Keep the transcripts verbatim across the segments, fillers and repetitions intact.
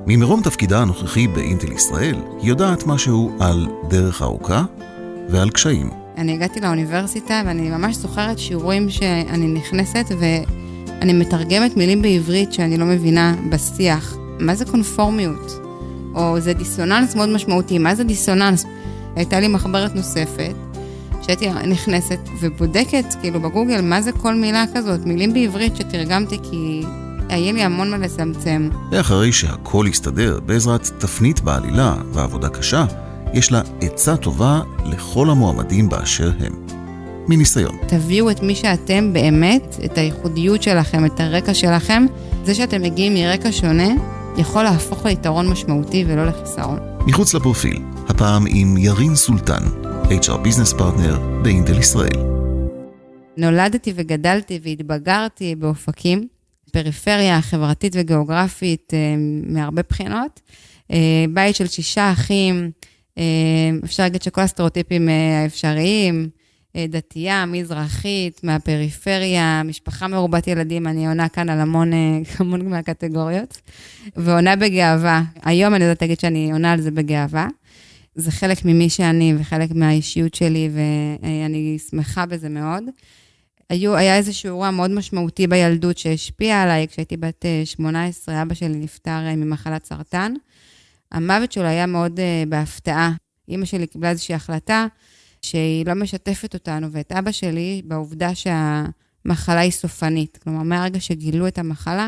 ממרום תפקידה הנוכחי באינטל ישראל, היא יודעת משהו על דרך ארוכה ועל קשיים. אני הגעתי לאוניברסיטה ואני ממש זוכרת שיעורים שאני נכנסת ואני מתרגמת מילים בעברית שאני לא מבינה בשיח. מה זה קונפורמיות? או זה דיסוננס מאוד משמעותי. מה זה דיסוננס? הייתה לי מחברת נוספת שהייתי נכנסת ובודקת כאילו בגוגל מה זה כל מילה כזאת, מילים בעברית שתרגמתי כי היה לי המון מה לצמצם. ואחרי שהכל יסתדר בעזרת תפנית בעלילה ועבודה קשה, יש לה עצה טובה לכל המועמדים באשר הם. מניסיון. תביאו את מי שאתם באמת, את הייחודיות שלכם, את הרקע שלכם. זה שאתם מגיעים מרקע שונה, יכול להפוך ליתרון משמעותי ולא לחיסרון. מחוץ לפרופיל, הפעם עם ירין סולטן, אייץ' אר ביזנס פרטנר באינטל ישראל. נולדתי וגדלתי והתבגרתי באופקים, פריפריה חברתית וגיאוגרפית מהרבה בחינות. בית של שישה אחים, אפשר להגיד שכל הסטריאוטיפים האפשריים, דתייה, מזרחית, מהפריפריה, משפחה מרובת ילדים, אני עונה כאן על המון, המון מהקטגוריות, ועונה בגאווה. היום אני יודעת להגיד שאני עונה על זה בגאווה. זה חלק ממי שאני וחלק מהאישיות שלי, ואני שמחה בזה מאוד. היו, היה איזשהו אירוע מאוד משמעותי בילדות שהשפיע עליי, כשהייתי בת שמונה עשרה, אבא שלי נפטר ממחלת סרטן. המוות שלו היה מאוד בהפתעה. אמא שלי קיבלה איזושהי החלטה, שהיא לא משתפת אותנו ואת אבא שלי בעובדה שהמחלה היא סופנית. כלומר, מהרגע שגילו את המחלה,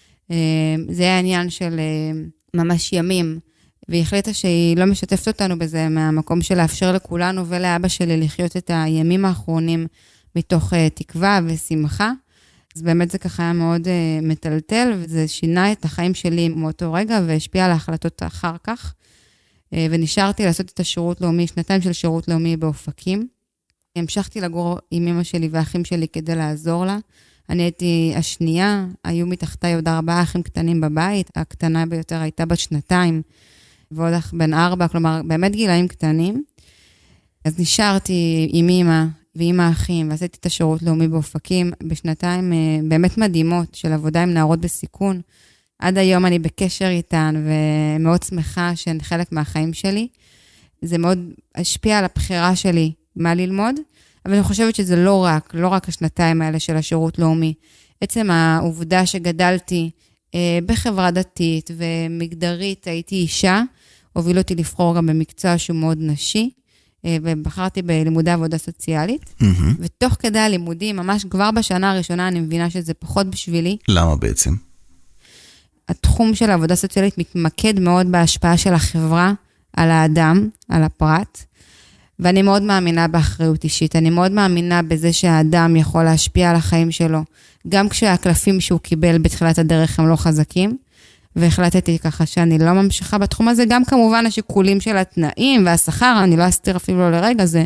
זה היה עניין של ממש ימים, והיא החליטה שהיא לא משתפת אותנו בזה מהמקום של לאפשר לכולנו ולאבא שלי לחיות את הימים האחרונים מתוך תקווה ושמחה. אז באמת זה ככה היה מאוד מטלטל, וזה שינה את החיים שלי מאותו רגע, והשפיע על ההחלטות אחר כך. ונשארתי לעשות את השירות לאומי, שנתיים של שירות לאומי באופקים. המשכתי לגור עם אמא שלי ואחים שלי כדי לעזור לה. אני הייתי השנייה, היו מתחתיי עוד ארבעה אחים קטנים בבית, הקטנה ביותר הייתה בת שנתיים, ועוד אח בן ארבע, כלומר באמת גילאים קטנים. אז נשארתי עם אמא ועם האחים, ועשיתי את השירות לאומי באופקים, בשנתיים באמת מדהימות של עבודה עם נערות בסיכון. עד היום אני בקשר איתן, ומאוד שמחה שהן חלק מהחיים שלי. זה מאוד השפיע על הבחירה שלי מה ללמוד, אבל אני חושבת שזה לא רק, לא רק השנתיים האלה של השירות לאומי. עצם העובדה שגדלתי אה, בחברה דתית ומגדרית, הייתי אישה, הוביל אותי לבחור גם במקצוע שהוא מאוד נשי, אה, ובחרתי בלימודי עבודה סוציאלית, mm-hmm. ותוך כדי הלימודים, ממש כבר בשנה הראשונה, אני מבינה שזה פחות בשבילי. למה בעצם? התחום של העבודה סוציאלית מתמקד מאוד בהשפעה של החברה על האדם, על הפרט, ואני מאוד מאמינה באחריות אישית, אני מאוד מאמינה בזה שהאדם יכול להשפיע על החיים שלו, גם כשהקלפים שהוא קיבל בתחילת הדרך הם לא חזקים, והחלטתי ככה שאני לא ממשיכה בתחום הזה, גם כמובן השיקולים של התנאים והשכר, אני לא אסתיר אפילו לא לרגע, זה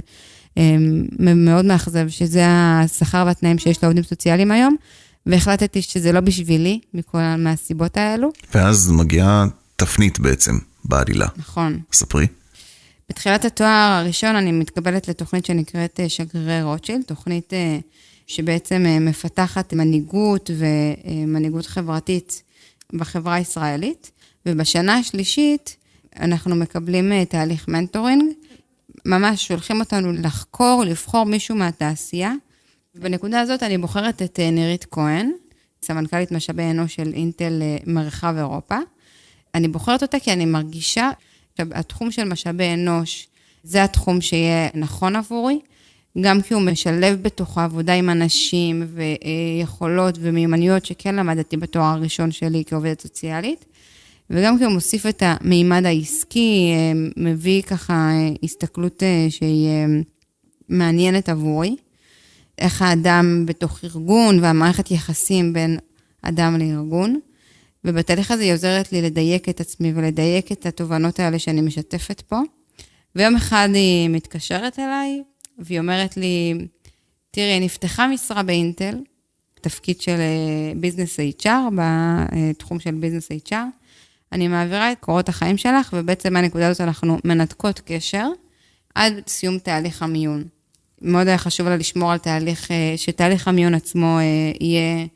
מאוד מאכזב שזה השכר והתנאים שיש לעובדים סוציאליים היום, והחלטתי שזה לא בשבילי, מכל מהסיבות האלו. ואז מגיעה תפנית בעצם, בעלילה. נכון. ספרי. בתחילת התואר הראשון אני מתקבלת לתוכנית שנקראת שגרירי רוטשילד, תוכנית שבעצם מפתחת מנהיגות ומנהיגות חברתית בחברה הישראלית, ובשנה השלישית אנחנו מקבלים תהליך מנטורינג, ממש שולחים אותנו לחקור, לבחור מישהו מהתעשייה, בנקודה הזאת אני בוחרת את נירית כהן, סמנכ"לית משאבי אנוש של אינטל מרחב אירופה. אני בוחרת אותה כי אני מרגישה שהתחום של משאבי אנוש זה התחום שיהיה נכון עבורי, גם כי הוא משלב בתוך העבודה עם אנשים ויכולות ומיומנויות שכן למדתי בתואר הראשון שלי כעובדת סוציאלית, וגם כי הוא מוסיף את המימד העסקי, מביא ככה הסתכלות שהיא מעניינת עבורי. איך האדם בתוך ארגון והמערכת יחסים בין אדם לארגון. ובתהליך הזה היא עוזרת לי לדייק את עצמי ולדייק את התובנות האלה שאני משתפת פה. ויום אחד היא מתקשרת אליי והיא אומרת לי, תראי, נפתחה משרה באינטל, תפקיד של ביזנס אייץ' אר, בתחום של ביזנס אייץ' אר. אני מעבירה את קורות החיים שלך, ובעצם מהנקודה הזאת אנחנו מנתקות קשר עד סיום תהליך המיון. מאוד היה חשוב לה לשמור על תהליך, שתהליך המיון עצמו יהיה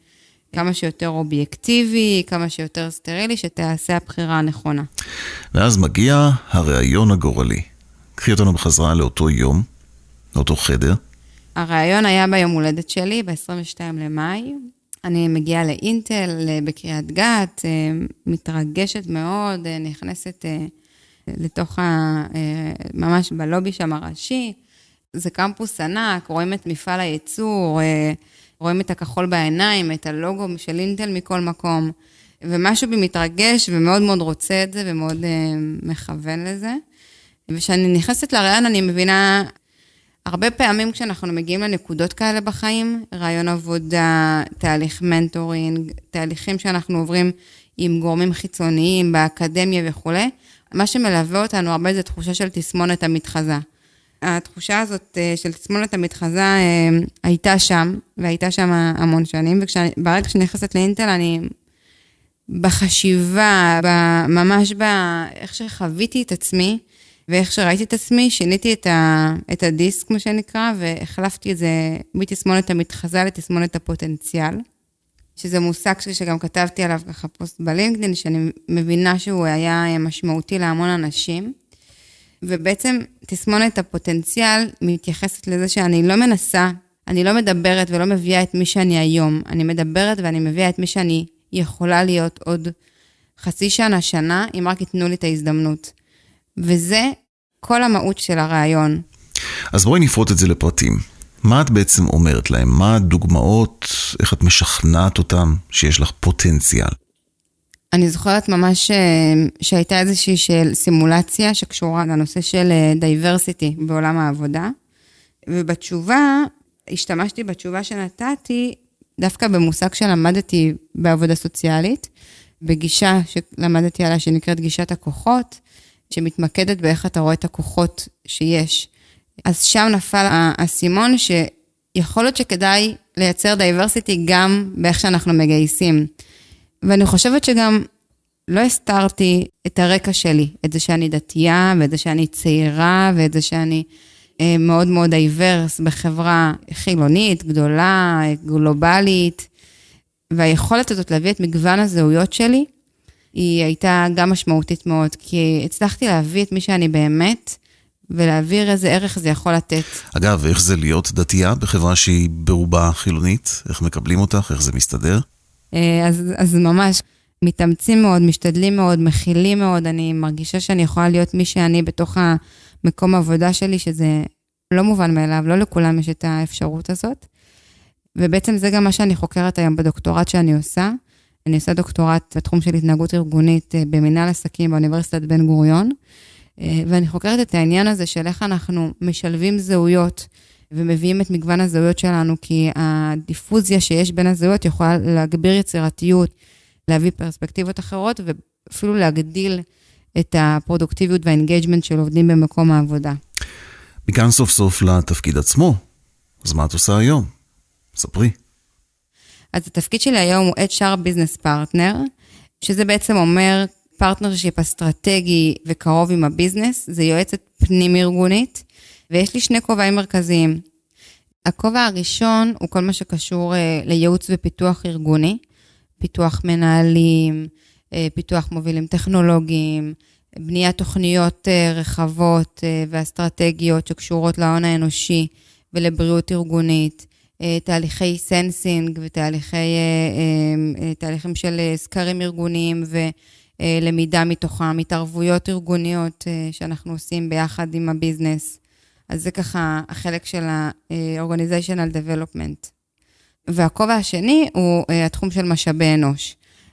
כמה שיותר אובייקטיבי, כמה שיותר סטרילי, שתעשה הבחירה הנכונה. ואז מגיע הרעיון הגורלי. קחי אותנו בחזרה לאותו יום, לאותו חדר. הרעיון היה ביום הולדת שלי, ב-עשרים ושניים למאי. אני מגיעה לאינטל, בקריית גת, מתרגשת מאוד, נכנסת לתוך ה... ממש בלובי שם הראשי. זה קמפוס ענק, רואים את מפעל הייצור, רואים את הכחול בעיניים, את הלוגו של אינטל מכל מקום, ומשהו בי מתרגש ומאוד מאוד רוצה את זה ומאוד מכוון לזה. וכשאני נכנסת לרעיון אני מבינה, הרבה פעמים כשאנחנו מגיעים לנקודות כאלה בחיים, רעיון עבודה, תהליך מנטורינג, תהליכים שאנחנו עוברים עם גורמים חיצוניים, באקדמיה וכו', מה שמלווה אותנו הרבה זה תחושה של תסמונת המתחזה. התחושה הזאת של תסמונת המתחזה הייתה שם, והייתה שם המון שנים, וברגע שנכנסת לאינטל אני בחשיבה, ממש באיך שחוויתי את עצמי, ואיך שראיתי את עצמי, שיניתי את, ה, את הדיסק, מה שנקרא, והחלפתי את זה מתסמונת המתחזה לתסמונת הפוטנציאל, שזה מושג שגם כתבתי עליו ככה פוסט בלינקדין, שאני מבינה שהוא היה משמעותי להמון אנשים, ובעצם תסמונת הפוטנציאל מתייחסת לזה שאני לא מנסה, אני לא מדברת ולא מביאה את מי שאני היום, אני מדברת ואני מביאה את מי שאני יכולה להיות עוד חצי שנה, שנה, אם רק ייתנו לי את ההזדמנות. וזה כל המהות של הרעיון. אז בואי נפרוט את זה לפרטים. מה את בעצם אומרת להם? מה הדוגמאות, איך את משכנעת אותם שיש לך פוטנציאל? אני זוכרת ממש שהייתה איזושהי של סימולציה שקשורה לנושא של דייברסיטי בעולם העבודה, ובתשובה, השתמשתי בתשובה שנתתי, דווקא במושג שלמדתי בעבודה סוציאלית, בגישה שלמדתי עליה שנקראת גישת הכוחות, שמתמקדת באיך אתה רואה את הכוחות שיש. אז שם נפל הסימון שיכול להיות שכדאי לייצר דייברסיטי גם באיך שאנחנו מגייסים. ואני חושבת שגם לא הסתרתי את הרקע שלי, את זה שאני דתייה, ואת זה שאני צעירה, ואת זה שאני מאוד מאוד דייברס בחברה חילונית, גדולה, גלובלית, והיכולת הזאת להביא את מגוון הזהויות שלי, היא הייתה גם משמעותית מאוד, כי הצלחתי להביא את מי שאני באמת, ולהעביר איזה ערך זה יכול לתת. אגב, איך זה להיות דתייה בחברה שהיא ברובה חילונית? איך מקבלים אותך? איך זה מסתדר? אז, אז ממש מתאמצים מאוד, משתדלים מאוד, מכילים מאוד, אני מרגישה שאני יכולה להיות מי שאני בתוך המקום העבודה שלי, שזה לא מובן מאליו, לא לכולם יש את האפשרות הזאת. ובעצם זה גם מה שאני חוקרת היום בדוקטורט שאני עושה. אני עושה דוקטורט בתחום של התנהגות ארגונית במנהל עסקים באוניברסיטת בן גוריון, ואני חוקרת את העניין הזה של איך אנחנו משלבים זהויות, ומביאים את מגוון הזהויות שלנו, כי הדיפוזיה שיש בין הזהויות יכולה להגביר יצירתיות, להביא פרספקטיבות אחרות, ואפילו להגדיל את הפרודוקטיביות והאנגייג'מנט של עובדים במקום העבודה. מכאן סוף סוף לתפקיד עצמו. אז מה את עושה היום? ספרי. אז התפקיד שלי היום הוא אייץ' אר Business Partner, שזה בעצם אומר פרטנרשיפ אסטרטגי וקרוב עם הביזנס, זה יועצת פנים ארגונית, ויש לי שני כובעים מרכזיים. הכובע הראשון הוא כל מה שקשור לייעוץ ופיתוח ארגוני, פיתוח מנהלים, פיתוח מובילים טכנולוגיים, בניית תוכניות רחבות ואסטרטגיות שקשורות להון האנושי ולבריאות ארגונית, תהליכי סנסינג ותהליכי, תהליכים של סקרים ארגוניים ולמידה מתוכם, התערבויות ארגוניות שאנחנו עושים ביחד עם הביזנס. אז זה ככה החלק של ה-Organizational Development. והכובע השני הוא התחום של משאבי אנוש.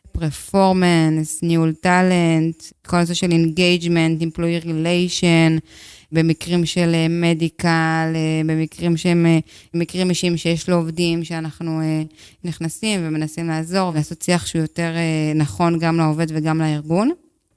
פרפורמנס, ניהול טלנט, כל זה של engagement, employee relation, במקרים של מדיקל, במקרים שהם מקרים אישיים שיש לו עובדים שאנחנו נכנסים ומנסים לעזור ולעשות שיח שהוא יותר נכון גם לעובד וגם לארגון.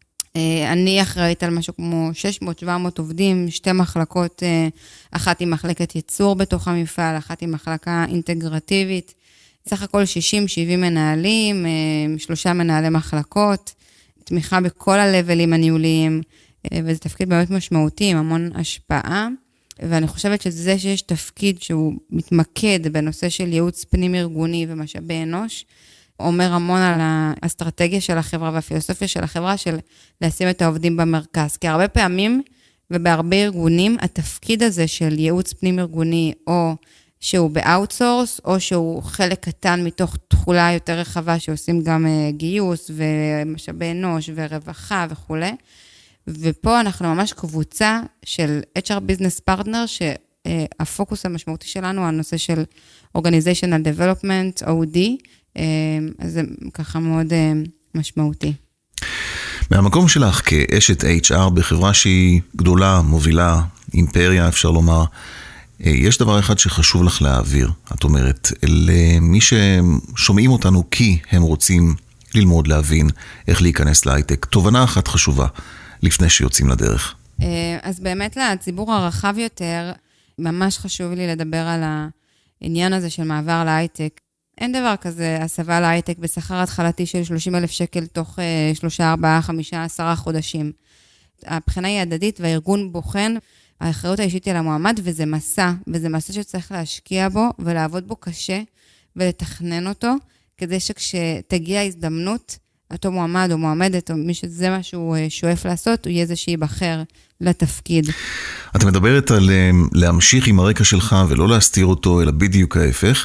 אני אחראית על משהו כמו שש מאות שבע מאות עובדים, שתי מחלקות, אחת עם מחלקת ייצור בתוך המפעל, אחת עם מחלקה אינטגרטיבית, סך הכל שישים שבעים מנהלים, שלושה מנהלי מחלקות, תמיכה בכל הלבלים הניהוליים, וזה תפקיד באמת משמעותי, עם המון השפעה, ואני חושבת שזה שיש תפקיד שהוא מתמקד בנושא של ייעוץ פנים ארגוני ומשאבי אנוש, אומר המון על האסטרטגיה של החברה והפילוסופיה של החברה של לשים את העובדים במרכז. כי הרבה פעמים ובהרבה ארגונים, התפקיד הזה של ייעוץ פנים ארגוני, או שהוא באוטסורס, או שהוא חלק קטן מתוך תחולה יותר רחבה, שעושים גם גיוס ומשאבי אנוש ורווחה וכו'. ופה אנחנו ממש קבוצה של אייץ' אר Business Partner, שהפוקוס המשמעותי שלנו על נושא של Organizational Development, או די, אז זה ככה מאוד משמעותי. מהמקום שלך כאשת אייץ' אר בחברה שהיא גדולה, מובילה, אימפריה אפשר לומר, יש דבר אחד שחשוב לך להעביר, את אומרת, למי ששומעים אותנו כי הם רוצים ללמוד, להבין איך להיכנס להייטק. תובנה אחת חשובה לפני שיוצאים לדרך. אז באמת לציבור הרחב יותר, ממש חשוב לי לדבר על העניין הזה של מעבר להייטק. אין דבר כזה, הסבה להייטק בשכר התחלתי של שלושים אלף שקל תוך שלושה, ארבעה, חמישה, עשרה חודשים. הבחינה היא הדדית והארגון בוחן, האחריות האישית היא למועמד, וזה מסע, וזה מסע שצריך להשקיע בו ולעבוד בו קשה ולתכנן אותו, כדי שכשתגיע הזדמנות, אותו מועמד או מועמדת, או מי שזה מה שהוא שואף לעשות, הוא יהיה זה שיבחר לתפקיד. את מדברת על להמשיך עם הרקע שלך ולא להסתיר אותו, אלא בדיוק ההפך,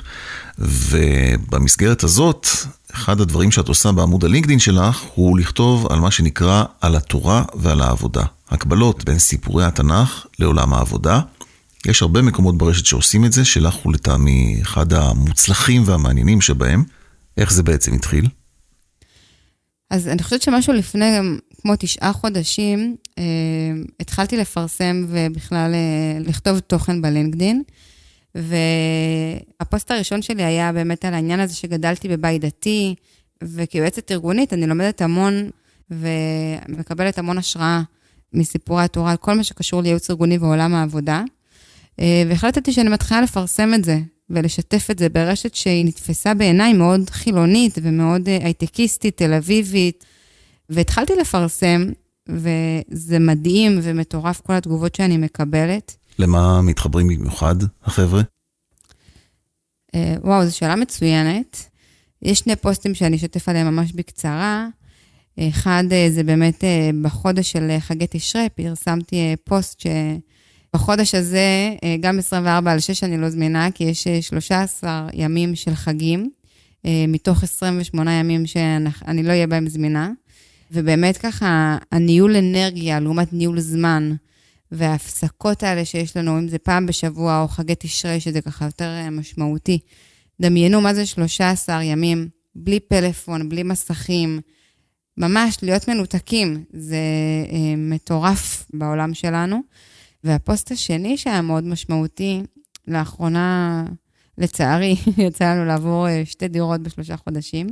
ובמסגרת הזאת, אחד הדברים שאת עושה בעמוד הלינקדין שלך, הוא לכתוב על מה שנקרא על התורה ועל העבודה. הקבלות בין סיפורי התנ"ך לעולם העבודה. יש הרבה מקומות ברשת שעושים את זה, שלך הוא לטעמי אחד המוצלחים והמעניינים שבהם. איך זה בעצם התחיל? אז אני חושבת שמשהו לפני כמו תשעה חודשים, אה, התחלתי לפרסם ובכלל אה, לכתוב תוכן בלינקדין, והפוסט הראשון שלי היה באמת על העניין הזה שגדלתי בבית דתי, וכיועצת ארגונית אני לומדת המון ומקבלת המון השראה מסיפורי התורה, על כל מה שקשור לייעוץ ארגוני ועולם העבודה, אה, והחלטתי שאני מתחילה לפרסם את זה, ולשתף את זה ברשת שהיא נתפסה בעיניי מאוד חילונית ומאוד הייטקיסטית, תל אביבית, והתחלתי לפרסם, וזה מדהים ומטורף כל התגובות שאני מקבלת. למה מתחברים במיוחד, החבר'ה? וואו, זו שאלה מצוינת. יש שני פוסטים שאני אשתף עליהם ממש בקצרה. אחד זה באמת בחודש של חגי תשרי, פרסמתי פוסט ש... בחודש הזה, גם עשרים וארבע על שש אני לא זמינה, כי יש שלושה עשר ימים של חגים, מתוך עשרים ושמונה ימים שאני לא אהיה בהם זמינה, ובאמת ככה, הניהול אנרגיה, לעומת ניהול זמן, וההפסקות האלה שיש לנו, אם זה פעם בשבוע או חגי תשרי, שזה ככה יותר משמעותי, דמיינו מה זה שלושה עשר ימים, בלי פלאפון, בלי מסכים, ממש להיות מנותקים, זה מטורף בעולם שלנו, והפוסט השני שהיה מאוד משמעותי, לאחרונה, לצערי, יצא לנו לעבור שתי דירות בשלושה חודשים.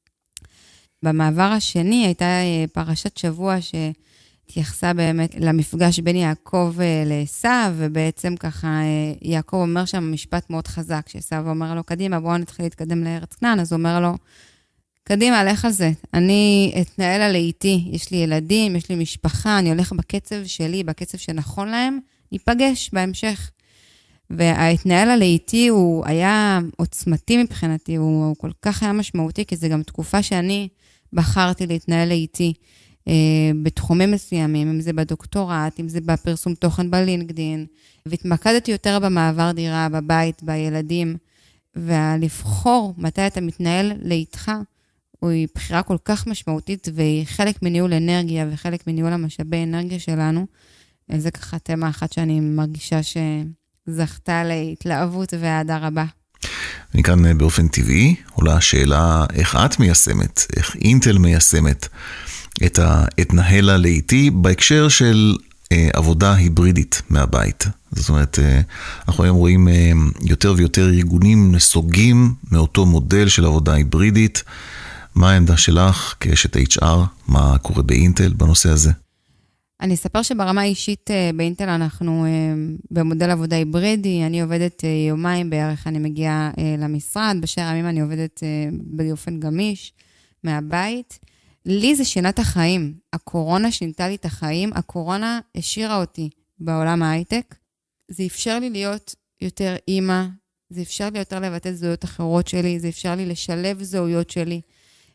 במעבר השני הייתה פרשת שבוע שהתייחסה באמת למפגש בין יעקב לעשיו, ובעצם ככה יעקב אומר שם משפט מאוד חזק, שעשיו אומר לו, קדימה, בואו נתחיל להתקדם לארץ כנען, אז הוא אומר לו, קדימה, הלך על זה. אני אתנהל על איתי, יש לי ילדים, יש לי משפחה, אני הולך בקצב שלי, בקצב שנכון להם, ניפגש בהמשך. וההתנהל על איתי הוא היה עוצמתי מבחינתי, הוא כל כך היה משמעותי, כי זה גם תקופה שאני בחרתי להתנהל איתי אה, בתחומים מסוימים, אם זה בדוקטורט, אם זה בפרסום תוכן בלינקדין, והתמקדתי יותר במעבר דירה, בבית, בילדים, ולבחור מתי אתה מתנהל לאיתך, היא בחירה כל כך משמעותית, והיא חלק מניהול אנרגיה, וחלק מניהול המשאבי אנרגיה שלנו. זה ככה תמה אחת שאני מרגישה שזכתה להתלהבות והעדה רבה. אני כאן באופן טבעי, עולה השאלה איך את מיישמת, איך אינטל מיישמת את ההתנהל לאיתי, בהקשר של אה, עבודה היברידית מהבית. זאת אומרת, אה, אנחנו היום רואים אה, יותר ויותר ארגונים נסוגים מאותו מודל של עבודה היברידית, מה העמדה שלך כאשת אייץ' אר? מה קורה באינטל בנושא הזה? אני אספר שברמה האישית באינטל אנחנו במודל עבודה היברידי, אני עובדת יומיים בערך, אני מגיעה למשרד, בשאר הימים אני עובדת באופן גמיש מהבית. לי זה שינת החיים, הקורונה שינתה לי את החיים, הקורונה השאירה אותי בעולם ההייטק, זה אפשר לי להיות יותר אימא, זה אפשר לי יותר לבטא זהויות אחרות שלי, זה אפשר לי לשלב זהויות שלי,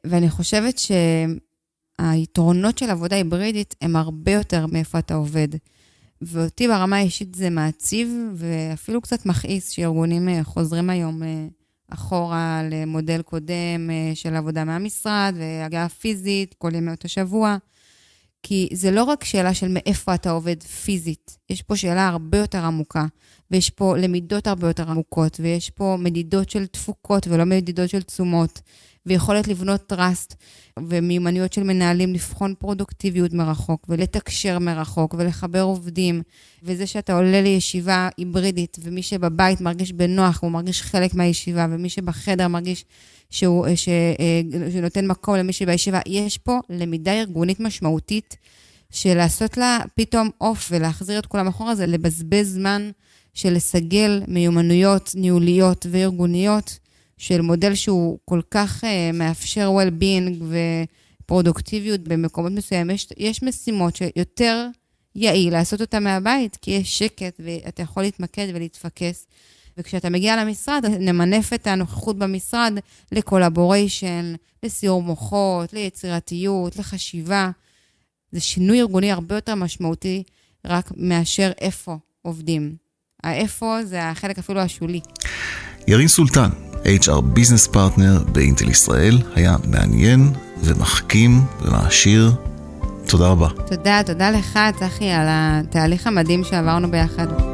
ואני חושבת שהיתרונות של עבודה היברידית הם הרבה יותר מאיפה אתה עובד. ואותי ברמה האישית זה מעציב, ואפילו קצת מכעיס שארגונים חוזרים היום אחורה למודל קודם של עבודה מהמשרד, והגעה פיזית, כל ימי אותו שבוע. כי זה לא רק שאלה של מאיפה אתה עובד פיזית, יש פה שאלה הרבה יותר עמוקה, ויש פה למידות הרבה יותר עמוקות, ויש פה מדידות של תפוקות ולא מדידות של תשומות, ויכולת לבנות טראסט, ומיומנויות של מנהלים לבחון פרודוקטיביות מרחוק, ולתקשר מרחוק, ולחבר עובדים, וזה שאתה עולה לישיבה היברידית, ומי שבבית מרגיש בנוח, הוא מרגיש חלק מהישיבה, ומי שבחדר מרגיש שהוא, ש, שנותן מקום למי שבישיבה, יש פה למידה ארגונית משמעותית, של לעשות לה פתאום אוף, ולהחזיר את כולם אחורה, זה לבזבז זמן של לסגל מיומנויות ניהוליות וארגוניות, של מודל שהוא כל כך uh, מאפשר well-being ופרודוקטיביות במקומות מסוים. יש, יש משימות שיותר יעיל לעשות אותה מהבית, כי יש שקט ואתה יכול להתמקד ולהתפקס. וכשאתה מגיע למשרד, נמנף את הנוכחות במשרד לקולבוריישן, לסיור מוחות, ליצירתיות, לחשיבה. זה שינוי ארגוני הרבה יותר משמעותי, רק מאשר איפה עובדים. האיפה זה החלק אפילו השולי. ירין סולטן, אייץ' אר ביזנס פרטנר באינטל ישראל, היה מעניין ומחכים ומעשיר. תודה רבה. תודה, תודה לך, צחי, על התהליך המדהים שעברנו ביחד.